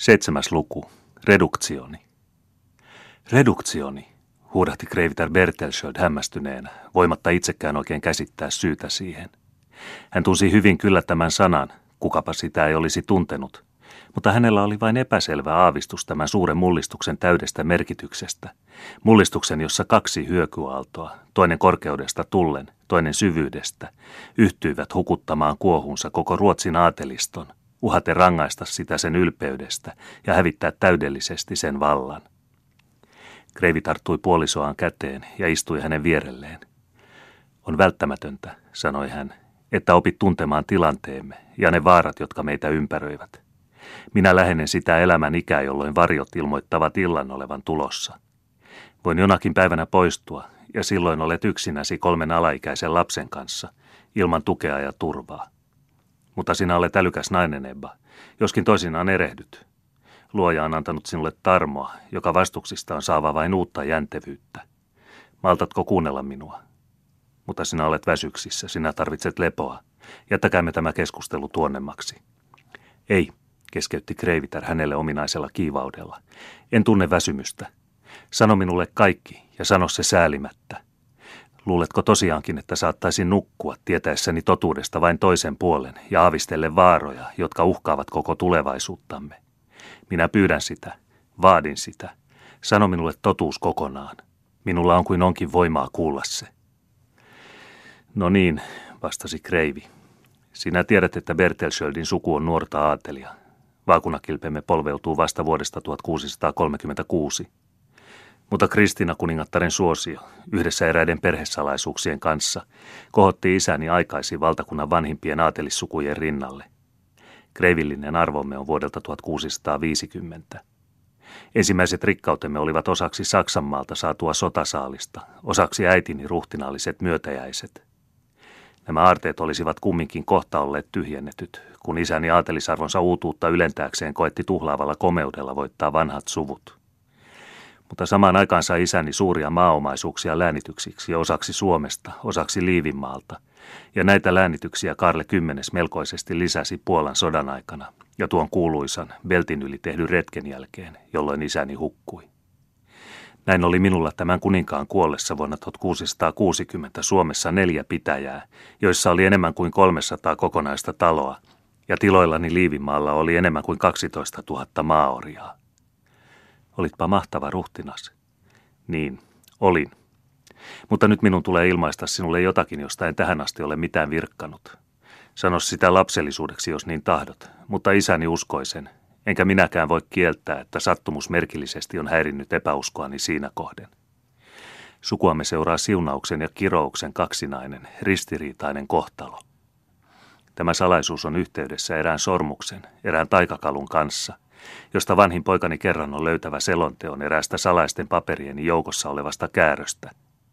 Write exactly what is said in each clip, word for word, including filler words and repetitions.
Seitsemäs luku. Reduktioni. Reduktioni, huudahti kreivitar Bertelschöld hämmästyneenä, voimatta itsekään oikein käsittää syytä siihen. Hän tunsi hyvin kyllä tämän sanan, kukapa sitä ei olisi tuntenut, mutta hänellä oli vain epäselvä aavistus tämän suuren mullistuksen täydestä merkityksestä. Mullistuksen, jossa kaksi hyökyaaltoa, toinen korkeudesta tullen, toinen syvyydestä, yhtyivät hukuttamaan kuohunsa koko Ruotsin aateliston, uhaten rangaista sitä sen ylpeydestä ja hävittää täydellisesti sen vallan. Kreivi tarttui puolisoaan käteen ja istui hänen vierelleen. On välttämätöntä, sanoi hän, että opit tuntemaan tilanteemme ja ne vaarat, jotka meitä ympäröivät. Minä lähenen sitä elämän ikää, jolloin varjot ilmoittavat illan olevan tulossa. Voin jonakin päivänä poistua, ja silloin olet yksinäsi kolmen alaikäisen lapsen kanssa, ilman tukea ja turvaa. Mutta sinä olet älykäs nainen, Ebba, joskin toisinaan erehdyt. Luoja on antanut sinulle tarmoa, joka vastuksista on saava vain uutta jäntevyyttä. Maltatko kuunnella minua? Mutta sinä olet väsyksissä, sinä tarvitset lepoa. Jättäkäämme tämä keskustelu tuonnemmaksi. Ei, keskeytti kreivitar hänelle ominaisella kiivaudella. En tunne väsymystä. Sano minulle kaikki ja sano se säälimättä. Luuletko tosiaankin, että saattaisin nukkua tietäessäni totuudesta vain toisen puolen ja aavistelle vaaroja, jotka uhkaavat koko tulevaisuuttamme? Minä pyydän sitä, vaadin sitä. Sano minulle totuus kokonaan. Minulla on kuin onkin voimaa kuulla se. No niin, vastasi kreivi. Sinä tiedät, että Bertelschöldin suku on nuorta aatelia. Vaakunakilpemme polveutuu vasta vuodesta tuhatkuusisataakolmekymmentäkuusi. Mutta Kristiina kuningattaren suosio, yhdessä eräiden perhesalaisuuksien kanssa, kohotti isäni aikaisin valtakunnan vanhimpien aatelissukujen rinnalle. Kreivillinen arvomme on vuodelta tuhatkuusisataaviisikymmentä. Ensimmäiset rikkautemme olivat osaksi Saksanmaalta saatua sotasaalista, osaksi äitini ruhtinaalliset myötäjäiset. Nämä aarteet olisivat kumminkin kohta olleet tyhjennetyt, kun isäni aatelisarvonsa uutuutta ylentääkseen koetti tuhlaavalla komeudella voittaa vanhat suvut. Mutta samaan aikaan sai isäni suuria maaomaisuuksia läänityksiksi osaksi Suomesta, osaksi Liivinmaalta, ja näitä läänityksiä Karle Kymmenes melkoisesti lisäsi Puolan sodan aikana ja tuon kuuluisan Beltin yli tehdyn retken jälkeen, jolloin isäni hukkui. Näin oli minulla tämän kuninkaan kuollessa vuonna tuhatkuusisataakuusikymmentä Suomessa neljä pitäjää, joissa oli enemmän kuin kolmesataa kokonaista taloa, ja tiloillani Liivinmaalla oli enemmän kuin kaksitoista tuhatta maaorjaa. Olitpa mahtava ruhtinas. Niin, olin. Mutta nyt minun tulee ilmaista sinulle jotakin, josta en tähän asti ole mitään virkkanut. Sano sitä lapsellisuudeksi, jos niin tahdot, mutta isäni uskoi sen, enkä minäkään voi kieltää, että sattumus merkillisesti on häirinnyt epäuskoani siinä kohden. Sukuamme seuraa siunauksen ja kirouksen kaksinainen, ristiriitainen kohtalo. Tämä salaisuus on yhteydessä erään sormuksen, erään taikakalun kanssa, josta vanhin poikani kerran on löytävä selonteon eräästä salaisten paperieni joukossa olevasta kääröstä.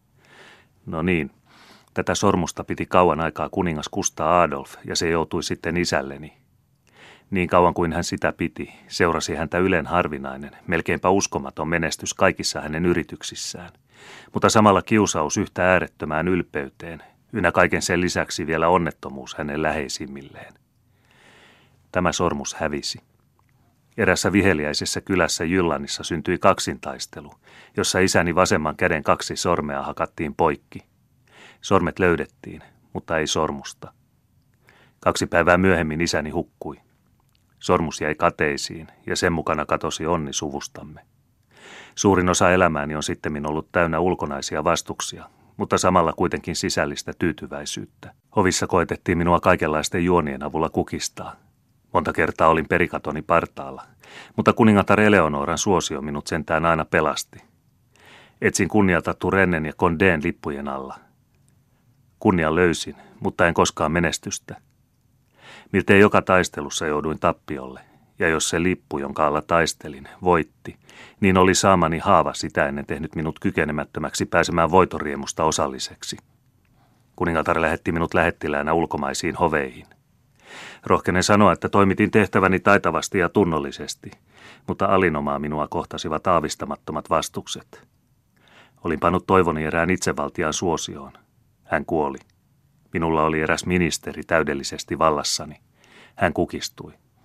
No niin, tätä sormusta piti kauan aikaa kuningas Kustaa Adolf, ja se joutui sitten isälleni. Niin kauan kuin hän sitä piti, seurasi häntä Ylen harvinainen, melkeinpä uskomaton menestys kaikissa hänen yrityksissään, mutta samalla kiusaus yhtä äärettömään ylpeyteen, ynnä kaiken sen lisäksi vielä onnettomuus hänen läheisimmilleen. Tämä sormus hävisi. Erässä viheliäisessä kylässä Jyllannissa syntyi kaksintaistelu, jossa isäni vasemman käden kaksi sormea hakattiin poikki. Sormet löydettiin, mutta ei sormusta. Kaksi päivää myöhemmin isäni hukkui. Sormus jäi kateisiin ja sen mukana katosi onni suvustamme. Suurin osa elämääni on sittemmin ollut täynnä ulkonaisia vastuksia, mutta samalla kuitenkin sisällistä tyytyväisyyttä. Hovissa koetettiin minua kaikenlaisten juonien avulla kukistaa. Monta kertaa olin perikatoni partaalla, mutta kuningatar Eleonoran suosio minut sentään aina pelasti. Etsin kunnialta Turennen ja Condén lippujen alla. Kunnian löysin, mutta en koskaan menestystä. Miltei joka taistelussa jouduin tappiolle, ja jos se lippu, jonka alla taistelin, voitti, niin oli saamani haava sitä ennen tehnyt minut kykenemättömäksi pääsemään voitoriemusta osalliseksi. Kuningatar lähetti minut lähettiläänä ulkomaisiin hoveihin. Rohkenen sanoa, että toimitin tehtäväni taitavasti ja tunnollisesti, mutta alinomaa minua kohtasivat aavistamattomat vastukset. Olin pannut toivoni erään itsevaltiaan suosioon. Hän kuoli. Minulla oli eräs ministeri täydellisesti vallassani. Hän kukistui.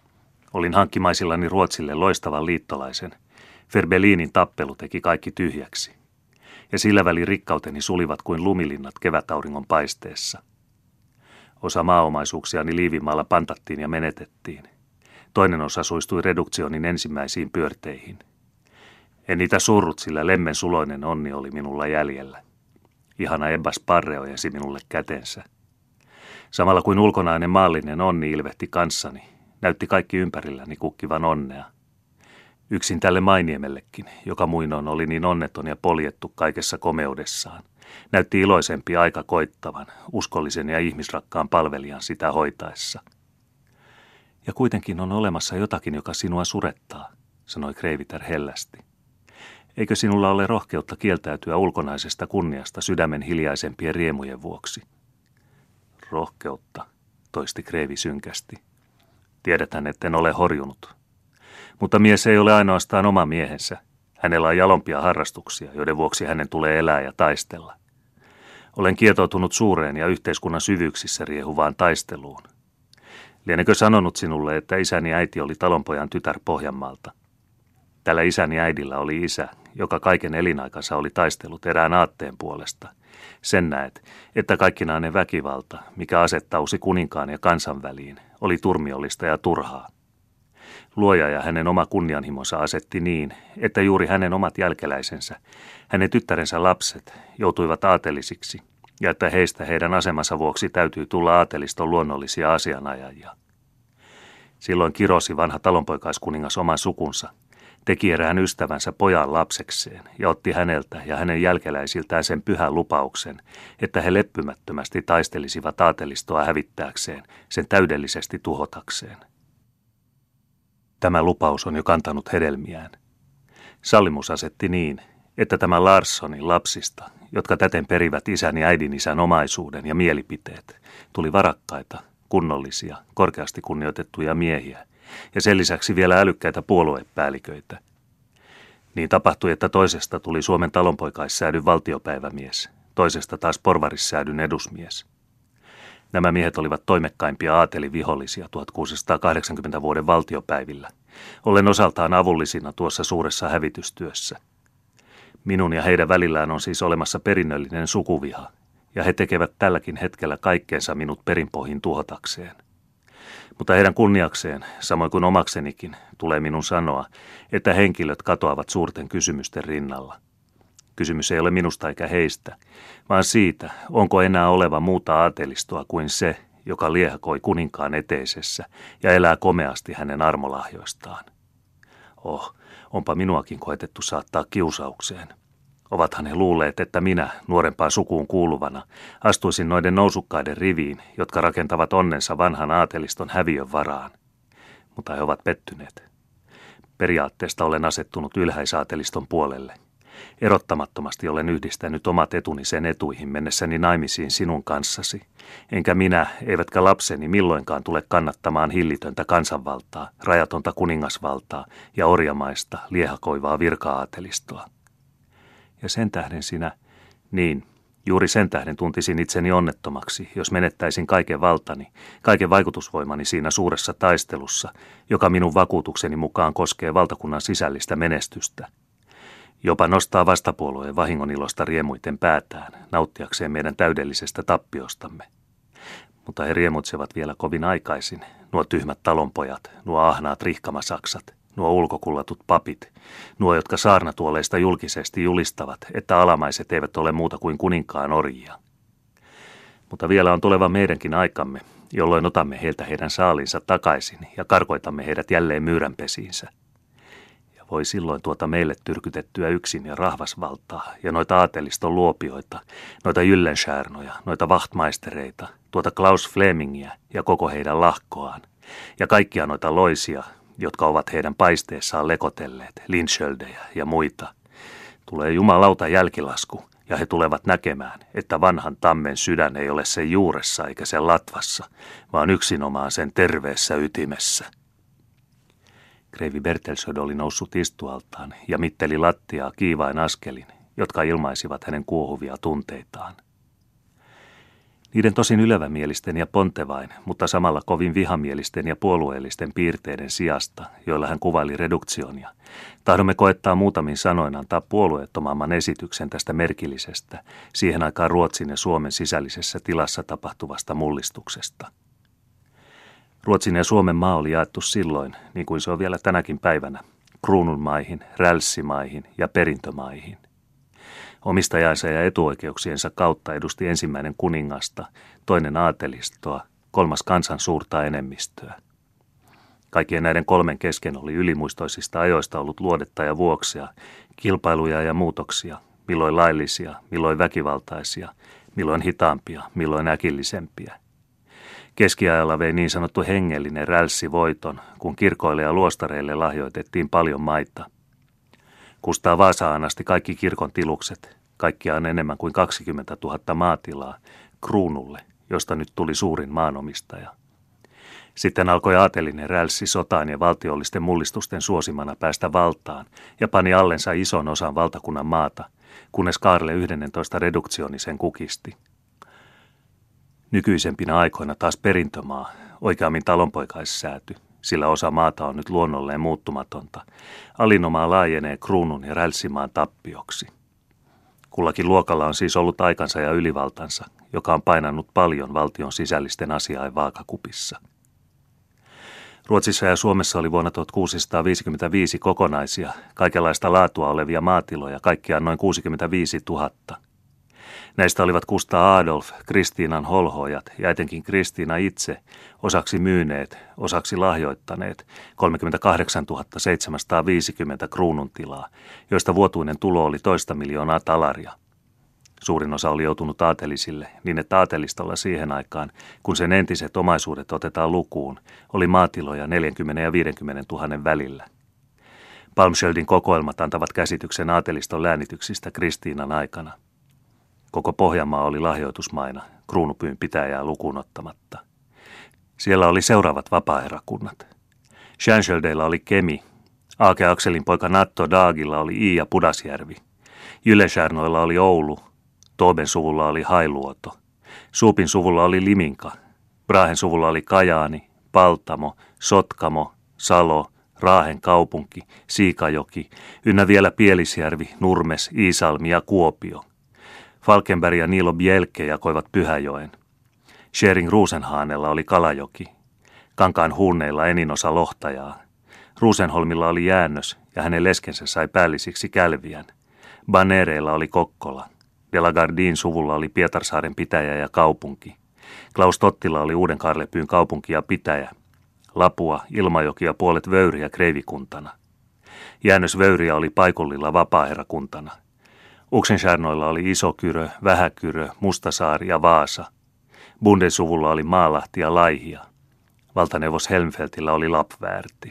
Olin hankkimaisillani Ruotsille loistavan liittolaisen. Ferbelinin tappelu teki kaikki tyhjäksi. Ja sillä välin rikkauteni sulivat kuin lumilinnat kevätauringon paisteessa. Osa maaomaisuuksiani Liivimaalla pantattiin ja menetettiin. Toinen osa suistui reduktionin ensimmäisiin pyörteihin. En niitä surrut, sillä lemmen suloinen onni oli minulla jäljellä. Ihana Ebbas Parre ojensi minulle kätensä. Samalla kuin ulkonainen maallinen onni ilvehti kanssani, näytti kaikki ympärilläni kukkivan onnea. Yksin tälle Mainiemellekin, joka muinoin oli niin onneton ja poljettu kaikessa komeudessaan, näytti iloisempi aika koittavan, uskollisen ja ihmisrakkaan palvelijan sitä hoitaessa. Ja kuitenkin on olemassa jotakin, joka sinua surettaa, sanoi Kreiviter hellästi. Eikö sinulla ole rohkeutta kieltäytyä ulkonaisesta kunniasta sydämen hiljaisempien riemujen vuoksi? Rohkeutta, toisti Kreivi synkästi. Tiedetään, etten ole horjunut. Mutta mies ei ole ainoastaan oma miehensä. Hänellä on jalompia harrastuksia, joiden vuoksi hänen tulee elää ja taistella. Olen kietoutunut suureen ja yhteiskunnan syvyyksissä riehuvaan taisteluun. Lienekö sanonut sinulle, että isäni äiti oli talonpojan tytär Pohjanmaalta? Tällä isäni äidillä oli isä, joka kaiken elinaikansa oli taistellut erään aatteen puolesta. Sen näet, että kaikkinainen väkivalta, mikä asettausi kuninkaan ja kansan väliin, oli turmiollista ja turhaa. Luoja ja hänen oma kunnianhimonsa asetti niin, että juuri hänen omat jälkeläisensä, hänen tyttärensä lapset, joutuivat aatelisiksi, ja että heistä heidän asemansa vuoksi täytyy tulla aateliston luonnollisia asianajajia. Silloin kirosi vanha talonpoikaiskuningas oman sukunsa, teki erään ystävänsä pojan lapsekseen ja otti häneltä ja hänen jälkeläisiltään sen pyhän lupauksen, että he leppymättömästi taistelisivat aatelistoa hävittääkseen, sen täydellisesti tuhotakseen. Tämä lupaus on jo kantanut hedelmiään. Sallimus asetti niin, että tämä Larssonin lapsista, jotka täten perivät isän ja äidin isän omaisuuden ja mielipiteet, tuli varakkaita, kunnollisia, korkeasti kunnioitettuja miehiä, ja sen lisäksi vielä älykkäitä puoluepäälliköitä. Niin tapahtui, että toisesta tuli Suomen talonpoikaissäädyn valtiopäivämies, toisesta taas porvarissäädyn edusmies. Nämä miehet olivat toimekkaimpia aatelivihollisia tuhatkuusisataakahdeksankymmentä vuoden valtiopäivillä, ollen osaltaan avullisina tuossa suuressa hävitystyössä. Minun ja heidän välillään on siis olemassa perinnöllinen sukuviha, ja he tekevät tälläkin hetkellä kaikkeensa minut perinpohjin tuhotakseen. Mutta heidän kunniakseen, samoin kuin omaksenikin, tulee minun sanoa, että henkilöt katoavat suurten kysymysten rinnalla. Kysymys ei ole minusta eikä heistä, vaan siitä, onko enää oleva muuta aatelistoa kuin se, joka liehakoi kuninkaan eteisessä ja elää komeasti hänen armolahjoistaan. Oh, onpa minuakin koetettu saattaa kiusaukseen. Ovathan he luulleet, että minä, nuorempaan sukuun kuuluvana, astuisin noiden nousukkaiden riviin, jotka rakentavat onnensa vanhan aateliston häviön varaan. Mutta he ovat pettyneet. Periaatteesta olen asettunut ylhäisaateliston puolelle. Erottamattomasti olen yhdistänyt omat etuni sen etuihin mennessäni naimisiin sinun kanssasi, enkä minä, eivätkä lapseni milloinkaan tule kannattamaan hillitöntä kansanvaltaa, rajatonta kuningasvaltaa ja orjamaista, liehakoivaa virka-aatelistoa. Ja sen tähden sinä, niin, juuri sen tähden tuntisin itseni onnettomaksi, jos menettäisin kaiken valtani, kaiken vaikutusvoimani siinä suuressa taistelussa, joka minun vakuutukseni mukaan koskee valtakunnan sisällistä menestystä. Jopa nostaa vastapuolueen vahingonilosta riemuiten päätään, nauttiakseen meidän täydellisestä tappiostamme. Mutta he riemuitsevat vielä kovin aikaisin, nuo tyhmät talonpojat, nuo ahnaat rihkamasaksat, nuo ulkokullatut papit, nuo, jotka saarnatuoleista julkisesti julistavat, että alamaiset eivät ole muuta kuin kuninkaan orjia. Mutta vielä on tuleva meidänkin aikamme, jolloin otamme heiltä heidän saalinsa takaisin ja karkoitamme heidät jälleen myyränpesiinsä. Voi silloin tuota meille tyrkytettyä yksin ja rahvasvaltaa ja noita aateliston luopioita, noita Jyllenstiernoja, noita vahtmaistereita, tuota Klaus Flemingiä ja koko heidän lahkoaan, ja kaikkia noita loisia, jotka ovat heidän paisteessaan lekotelleet, Linschöldejä ja muita. Tulee jumalauta jälkilasku, ja he tulevat näkemään, että vanhan tammen sydän ei ole sen juuressa eikä sen latvassa, vaan yksinomaan sen terveessä ytimessä. Kreivi Bertelsöld oli noussut istualtaan ja mitteli lattiaa kiivain askelin, jotka ilmaisivat hänen kuohuvia tunteitaan. Niiden tosin ylevämielisten ja pontevain, mutta samalla kovin vihamielisten ja puolueellisten piirteiden sijasta, joilla hän kuvaili reduktionia, tahdomme koettaa muutamin sanoin antaa puolueettomamman esityksen tästä merkillisestä, siihen aikaan Ruotsin ja Suomen sisällisessä tilassa tapahtuvasta mullistuksesta. Ruotsin ja Suomen maa oli jaettu silloin, niin kuin se on vielä tänäkin päivänä, kruununmaihin, rälssimaihin ja perintömaihin. Omistajaansa ja etuoikeuksiensa kautta edusti ensimmäinen kuningasta, toinen aatelistoa, kolmas kansan suurta enemmistöä. Kaikkien näiden kolmen kesken oli ylimuistoisista ajoista ollut luodetta ja vuoksia, kilpailuja ja muutoksia, milloin laillisia, milloin väkivaltaisia, milloin hitaampia, milloin äkillisempiä. Keskiajalla vei niin sanottu hengellinen rälssi voiton, kun kirkoille ja luostareille lahjoitettiin paljon maita. Kustaa Vaasaan asti kaikki kirkon tilukset, kaikkiaan enemmän kuin kaksikymmentätuhatta maatilaa, kruunulle, josta nyt tuli suurin maanomistaja. Sitten alkoi aatelinen rälssi sotaan ja valtiollisten mullistusten suosimana päästä valtaan ja pani allensa ison osan valtakunnan maata, kunnes Kaarle yhdentoista reduktioni sen kukisti. Nykyisempinä aikoina taas perintömaa, oikeammin talonpoikaissääty, sillä osa maata on nyt luonnolleen muuttumatonta, alinomaa laajenee kruunun ja rälssimaan tappioksi. Kullakin luokalla on siis ollut aikansa ja ylivaltansa, joka on painanut paljon valtion sisällisten asiain vaakakupissa. Ruotsissa ja Suomessa oli vuonna tuhatkuusisataaviisikymmentäviisi kokonaisia, kaikenlaista laatua olevia maatiloja, kaikkiaan noin kuusikymmentäviisituhatta. Näistä olivat Kustaa Adolf, Kristiinan holhoojat ja etenkin Kristiina itse osaksi myyneet, osaksi lahjoittaneet kolmekymmentäkahdeksantuhatta seitsemänsataaviisikymmentä kruunun tilaa, joista vuotuinen tulo oli toista miljoonaa talaria. Suurin osa oli joutunut aatelisille, niin että aatelistolla siihen aikaan, kun sen entiset omaisuudet otetaan lukuun, oli maatiloja neljäkymmentä ja viisikymmentä tuhannen välillä. Palmskjöldin kokoelmat antavat käsityksen aateliston läänityksistä Kristiinan aikana. Koko Pohjanmaa oli lahjoitusmaina, kruunupyyn pitäjää lukuun ottamatta. Siellä oli seuraavat vapaaherrakunnat. Stjärnsköldeillä oli Kemi, Aake Akselin poika Natto Daagilla oli Iia Pudasjärvi, Jyllensjärnoilla oli Oulu, Tooben suvulla oli Hailuoto, Suupin suvulla oli Liminka, Brahen suvulla oli Kajaani, Paltamo, Sotkamo, Salo, Raahen kaupunki, Siikajoki, ynnä vielä Pielisjärvi, Nurmes, Iisalmi ja Kuopio. Falkenberg ja Niilo Bjelke jakoivat Pyhäjoen. Schering Rosenhaanella oli Kalajoki. Kankaan huunneilla eninosa lohtajaa. Rosenholmilla oli Jäännös ja hänen leskensä sai päällisiksi Kälviän. Banereilla oli Kokkola. Delagardin suvulla oli Pietarsaaren pitäjä ja kaupunki. Klaus Tottila oli Uuden-Karlepyyn kaupunki ja pitäjä. Lapua, Ilmajoki ja puolet Vöyriä kreivikuntana. Jäännös Vöyriä oli Paikullilla vapaaherrakuntana. Uksenstjärnoilla oli Isokyrö, Vähäkyrö, Mustasaari ja Vaasa. Bunden suvulla oli Maalahti ja Laihia. Valtaneuvos Helmfeltillä oli Lapväärti.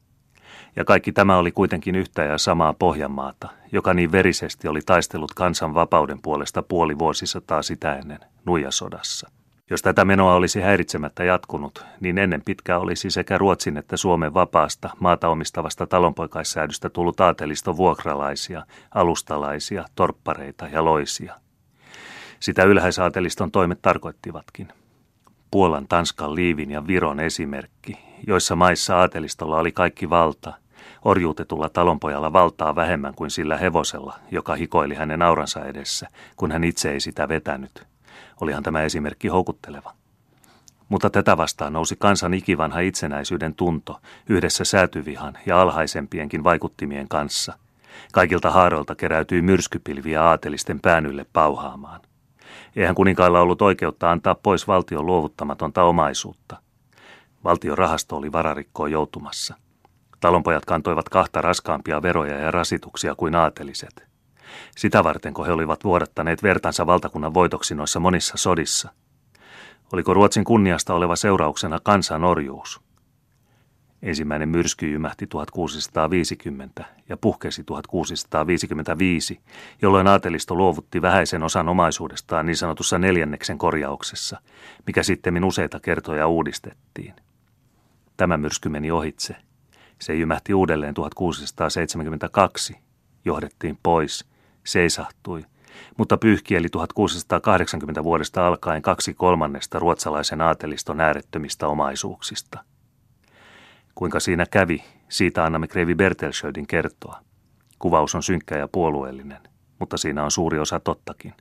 Ja kaikki tämä oli kuitenkin yhtä ja samaa Pohjanmaata, joka niin verisesti oli taistellut kansan vapauden puolesta puoli vuosisataa sitä ennen Nuijasodassa. Jos tätä menoa olisi häiritsemättä jatkunut, niin ennen pitkää olisi sekä Ruotsin että Suomen vapaasta, maata omistavasta talonpoikaissäädystä tullut aateliston vuokralaisia, alustalaisia, torppareita ja loisia. Sitä ylhäisaateliston toimet tarkoittivatkin. Puolan, Tanskan, Liivin ja Viron esimerkki, joissa maissa aatelistolla oli kaikki valta, orjuutetulla talonpojalla valtaa vähemmän kuin sillä hevosella, joka hikoili hänen auransa edessä, kun hän itse ei sitä vetänyt. Olihan tämä esimerkki houkutteleva. Mutta tätä vastaan nousi kansan ikivanha itsenäisyyden tunto yhdessä säätyvihan ja alhaisempienkin vaikuttimien kanssa. Kaikilta haaroilta keräytyi myrskypilviä aatelisten pään ylle pauhaamaan. Eihän kuninkailla ollut oikeutta antaa pois valtion luovuttamatonta omaisuutta. Valtion rahasto oli vararikkoon joutumassa. Talonpojat kantoivat kahta raskaampia veroja ja rasituksia kuin aateliset. Sitä varten, kun he olivat vuodattaneet vertansa valtakunnan voitoksi noissa monissa sodissa. Oliko Ruotsin kunniasta oleva seurauksena kansan orjuus? Ensimmäinen myrsky ymähti tuhatkuusisataaviisikymmentä ja puhkesi tuhatkuusisataaviisikymmentäviisi, jolloin aatelisto luovutti vähäisen osan omaisuudestaan niin sanotussa neljänneksen korjauksessa, mikä sittemmin useita kertoja uudistettiin. Tämä myrsky meni ohitse. Se jymähti uudelleen tuhatkuusisataaseitsemänkymmentäkaksi, johdettiin pois, seisahtui mutta pyyhkieli tuhatkuusisataakahdeksankymmentä vuodesta alkaen kaksi kolmannesta ruotsalaisen aateliston äärettömistä omaisuuksista. Kuinka siinä kävi, siitä annamme kreivi Bertelschöldin kertoa. Kuvaus on synkkä ja puolueellinen, mutta siinä on suuri osa tottakin.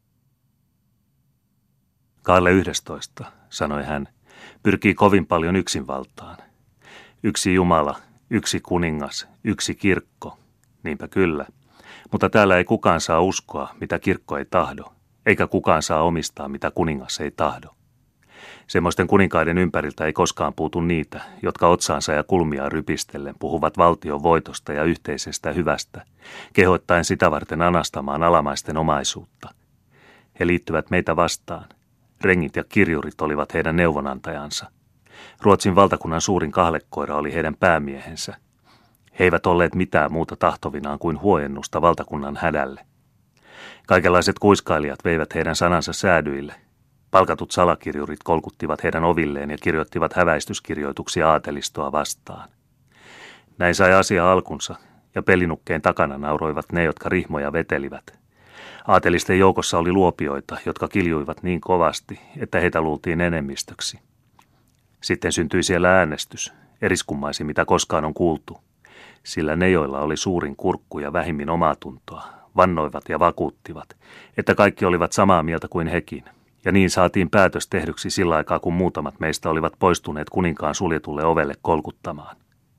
Kaarle yhdestoista, sanoi hän, pyrkii kovin paljon yksinvaltaan. Yksi Jumala, yksi kuningas, yksi kirkko, niinpä kyllä. Mutta täällä ei kukaan saa uskoa, mitä kirkko ei tahdo, eikä kukaan saa omistaa, mitä kuningas ei tahdo. Semmoisten kuninkaiden ympäriltä ei koskaan puutu niitä, jotka otsaansa ja kulmiaan rypistellen puhuvat valtion voitosta ja yhteisestä hyvästä, kehoittaen sitä varten anastamaan alamaisten omaisuutta. He liittyvät meitä vastaan. Rengit ja kirjurit olivat heidän neuvonantajansa. Ruotsin valtakunnan suurin kahlekoira oli heidän päämiehensä. He eivät olleet mitään muuta tahtovinaan kuin huojennusta valtakunnan hädälle. Kaikenlaiset kuiskailijat veivät heidän sanansa säädyille. Palkatut salakirjurit kolkuttivat heidän ovilleen ja kirjoittivat häväistyskirjoituksia aatelistoa vastaan. Näin sai asia alkunsa, ja pelinukkeen takana nauroivat ne, jotka rihmoja vetelivät. Aatelisten joukossa oli luopioita, jotka kiljuivat niin kovasti, että heitä luultiin enemmistöksi. Sitten syntyi siellä äänestys, eriskummaisin mitä koskaan on kuultu, sillä ne, joilla oli suurin kurkku ja vähimmin omaatuntoa, vannoivat ja vakuuttivat, että kaikki olivat samaa mieltä kuin hekin, ja niin saatiin päätös tehdyksi sillä aikaa, kun muutamat meistä olivat poistuneet kuninkaan suljetulle ovelle kolkuttamaan.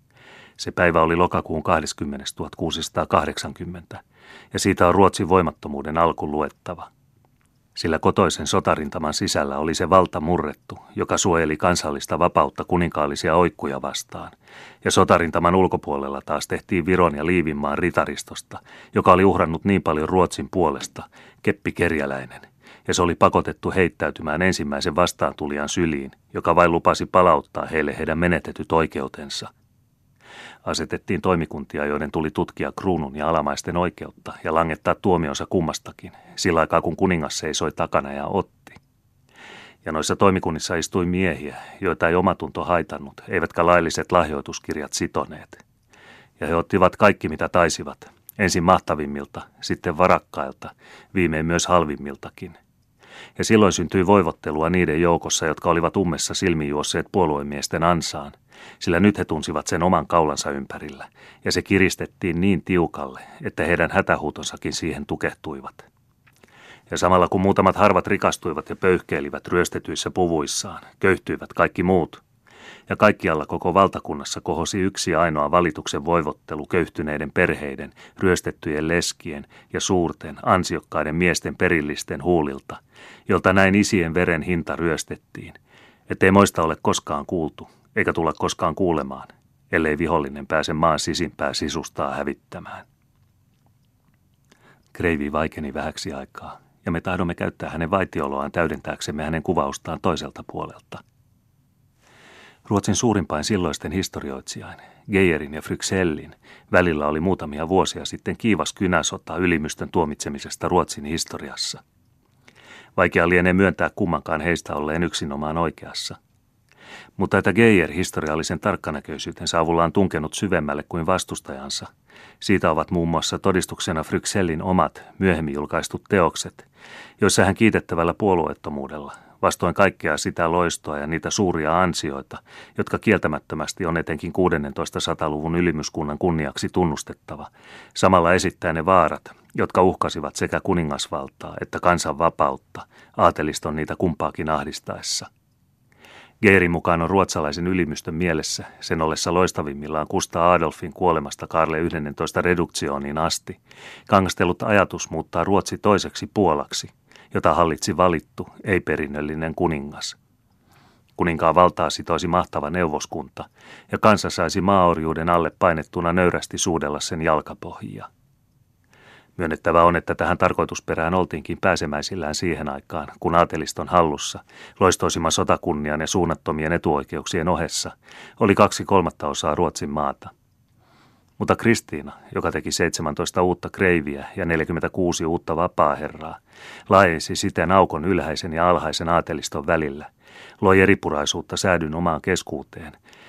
Se päivä oli lokakuun kahdeskymmenes tuhatkuusisataakahdeksankymmentä, ja siitä on Ruotsin voimattomuuden alku luettava. Sillä kotoisen sotarintaman sisällä oli se valta murrettu, joka suojeli kansallista vapautta kuninkaallisia oikkuja vastaan, ja sotarintaman ulkopuolella taas tehtiin Viron ja Liivinmaan ritaristosta, joka oli uhrannut niin paljon Ruotsin puolesta, Keppi Kerjäläinen, ja se oli pakotettu heittäytymään ensimmäisen vastaantulijan syliin, joka vain lupasi palauttaa heille heidän menetetyt oikeutensa. Asetettiin toimikuntia, joiden tuli tutkia kruunun ja alamaisten oikeutta ja langettaa tuomionsa kummastakin, sillä aikaa kun kuningas seisoi takana ja otti. Ja noissa toimikunnissa istui miehiä, joita ei omatunto haitannut, eivätkä lailliset lahjoituskirjat sitoneet. Ja he ottivat kaikki mitä taisivat, ensin mahtavimmilta, sitten varakkailta, viimein myös halvimmiltakin. Ja silloin syntyi voivottelua niiden joukossa, jotka olivat ummessa silmijuosseet puoluemiesten ansaan, sillä nyt he tunsivat sen oman kaulansa ympärillä, ja se kiristettiin niin tiukalle, että heidän hätähuutonsakin siihen tukehtuivat. Ja samalla kun muutamat harvat rikastuivat ja pöyhkeilivät ryöstetyissä puvuissaan, köyhtyivät kaikki muut, ja kaikkialla koko valtakunnassa kohosi yksi ainoa valituksen voivottelu köyhtyneiden perheiden, ryöstettyjen leskien ja suurten, ansiokkaiden miesten perillisten huulilta, jolta näin isien veren hinta ryöstettiin, ettei moista ole koskaan kuultu, eikä tulla koskaan kuulemaan, ellei vihollinen pääse maan sisimpää sisustaa hävittämään. Kreivi vaikeni vähäksi aikaa, ja me tahdomme käyttää hänen vaitioloaan täydentääksemme hänen kuvaustaan toiselta puolelta. Ruotsin suurimpain silloisten historioitsijain, Geijerin ja Fryxellin, välillä oli muutamia vuosia sitten kiivas kynäsota ylimystön tuomitsemisesta Ruotsin historiassa. Vaikea lienee myöntää kummankaan heistä olleen yksinomaan oikeassa. Mutta että Geijer historiallisen tarkkanäköisyytensä avulla on tunkenut syvemmälle kuin vastustajansa, siitä ovat muun muassa todistuksena Fryxellin omat myöhemmin julkaistut teokset, joissa hän kiitettävällä puolueettomuudella, vastoin kaikkea sitä loistoa ja niitä suuria ansioita, jotka kieltämättömästi on etenkin kuudennentoista sataluvun ylimyskunnan kunniaksi tunnustettava, samalla esittää ne vaarat, jotka uhkasivat sekä kuningasvaltaa että kansan vapautta, aateliston niitä kumpaakin ahdistaessa. Geijerin mukaan on ruotsalaisen ylimystön mielessä, sen ollessa loistavimmillaan Kustaa Adolfin kuolemasta Kaarle yhdentoista reduktioniin asti, kangastellut ajatus muuttaa Ruotsi toiseksi Puolaksi, jota hallitsi valittu, ei-perinnöllinen kuningas. Kuninkaan valtaa sitoisi mahtava neuvoskunta, ja kansa saisi maaorjuuden alle painettuna nöyrästi suudella sen jalkapohjia. Myönnettävä on, että tähän tarkoitusperään oltiinkin pääsemäisillään siihen aikaan, kun aateliston hallussa, loistoisimman sotakunnian ja suunnattomien etuoikeuksien ohessa, oli kaksi kolmatta osaa Ruotsin maata. Mutta Kristiina, joka teki seitsemäntoista uutta kreiviä ja neljäkymmentäkuusi uutta vapaaherraa, laajensi siten aukon ylhäisen ja alhaisen aateliston välillä, loi eripuraisuutta säädyn omaan keskuuteen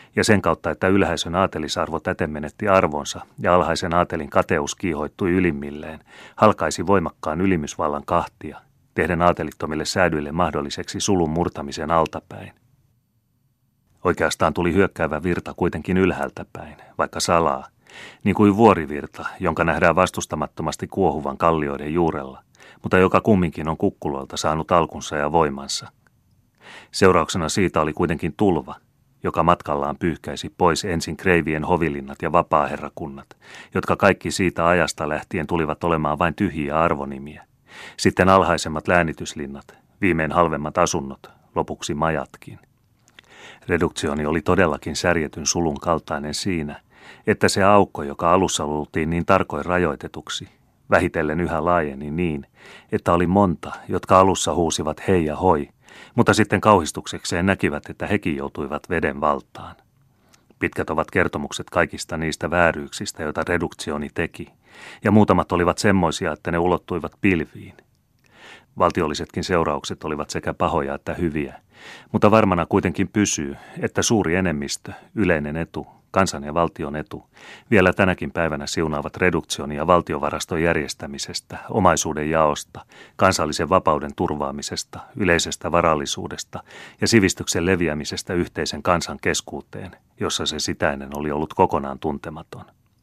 Ja sen kautta, että ylhäisön aatelisarvo täten menetti arvonsa ja alhaisen aatelin kateus kiihoittui ylimmilleen, halkaisi voimakkaan ylimysvallan kahtia, tehden aatelittomille säädyille mahdolliseksi sulun murtamisen altapäin. Oikeastaan tuli hyökkäävä virta kuitenkin ylhäältä päin, vaikka salaa, niin kuin vuorivirta, jonka nähdään vastustamattomasti kuohuvan kallioiden juurella, mutta joka kumminkin on kukkuloilta saanut alkunsa ja voimansa. Seurauksena siitä oli kuitenkin tulva, joka matkallaan pyyhkäisi pois ensin kreivien hovilinnat ja vapaaherrakunnat, jotka kaikki siitä ajasta lähtien tulivat olemaan vain tyhjiä arvonimiä. Sitten alhaisemmat läänityslinnat, viimein halvemmat asunnot, lopuksi majatkin. Reduktioni oli todellakin särjetyn sulun kaltainen siinä, että se aukko, joka alussa luultiin niin tarkoin rajoitetuksi, vähitellen yhä laajeni niin, että oli monta, jotka alussa huusivat hei ja hoi, mutta sitten kauhistuksekseen näkivät, että hekin joutuivat veden valtaan. Pitkät ovat kertomukset kaikista niistä vääryyksistä, joita reduktioni teki, ja muutamat olivat semmoisia, että ne ulottuivat pilviin. Valtiollisetkin seuraukset olivat sekä pahoja että hyviä, mutta varmana kuitenkin pysyy, että suuri enemmistö, yleinen etu, kansan ja valtion etu, vielä tänäkin päivänä siunaavat reduktioni ja valtiovaraston järjestämisestä, omaisuuden jaosta, kansallisen vapauden turvaamisesta, yleisestä varallisuudesta ja sivistyksen leviämisestä yhteisen kansan keskuuteen, jossa se sitä ennen oli ollut kokonaan tuntematon.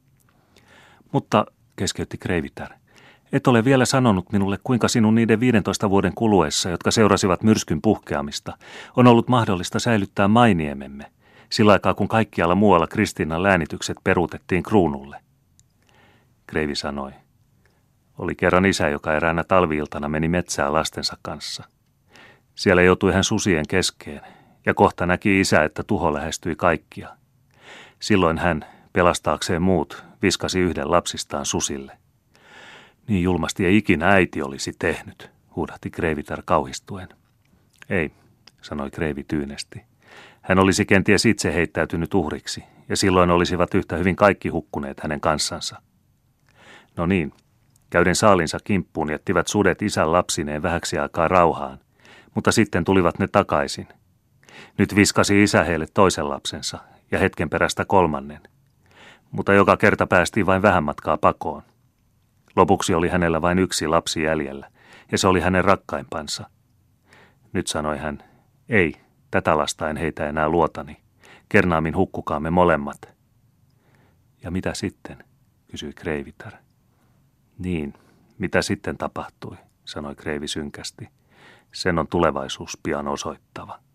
Mutta, keskeytti Kreivitär, et ole vielä sanonut minulle, kuinka sinun niiden viidentoista vuoden kuluessa, jotka seurasivat myrskyn puhkeamista, on ollut mahdollista säilyttää mainiememme, sillä aikaa kun kaikkialla muualla Kristiinan läänitykset peruutettiin kruunulle. Kreivi sanoi, oli kerran isä, joka eräänä talviiltana meni metsään lastensa kanssa. Siellä joutui hän susien keskeen, ja kohta näki isä, että tuho lähestyi kaikkia. Silloin hän, pelastaakseen muut, viskasi yhden lapsistaan susille. Niin julmasti ei ikinä äiti olisi tehnyt, huudahti Kreivitär kauhistuen. Ei, sanoi Kreivi tyynesti. Hän olisi kenties itse heittäytynyt uhriksi, ja silloin olisivat yhtä hyvin kaikki hukkuneet hänen kanssansa. No niin, käyden saalinsa kimppuun jättivät sudet isän lapsineen vähäksi aikaa rauhaan, mutta sitten tulivat ne takaisin. Nyt viskasi isä heille toisen lapsensa, ja hetken perästä kolmannen. Mutta joka kerta päästiin vain vähän matkaa pakoon. Lopuksi oli hänellä vain yksi lapsi jäljellä, ja se oli hänen rakkaimpansa. Nyt sanoi hän, ei, tätä lasta en heitä enää luotani. Kernaammin hukkukaamme molemmat. Ja mitä sitten, kysyi Kreivitär. Niin, mitä sitten tapahtui, sanoi Kreivi synkästi. Sen on tulevaisuus pian osoittava.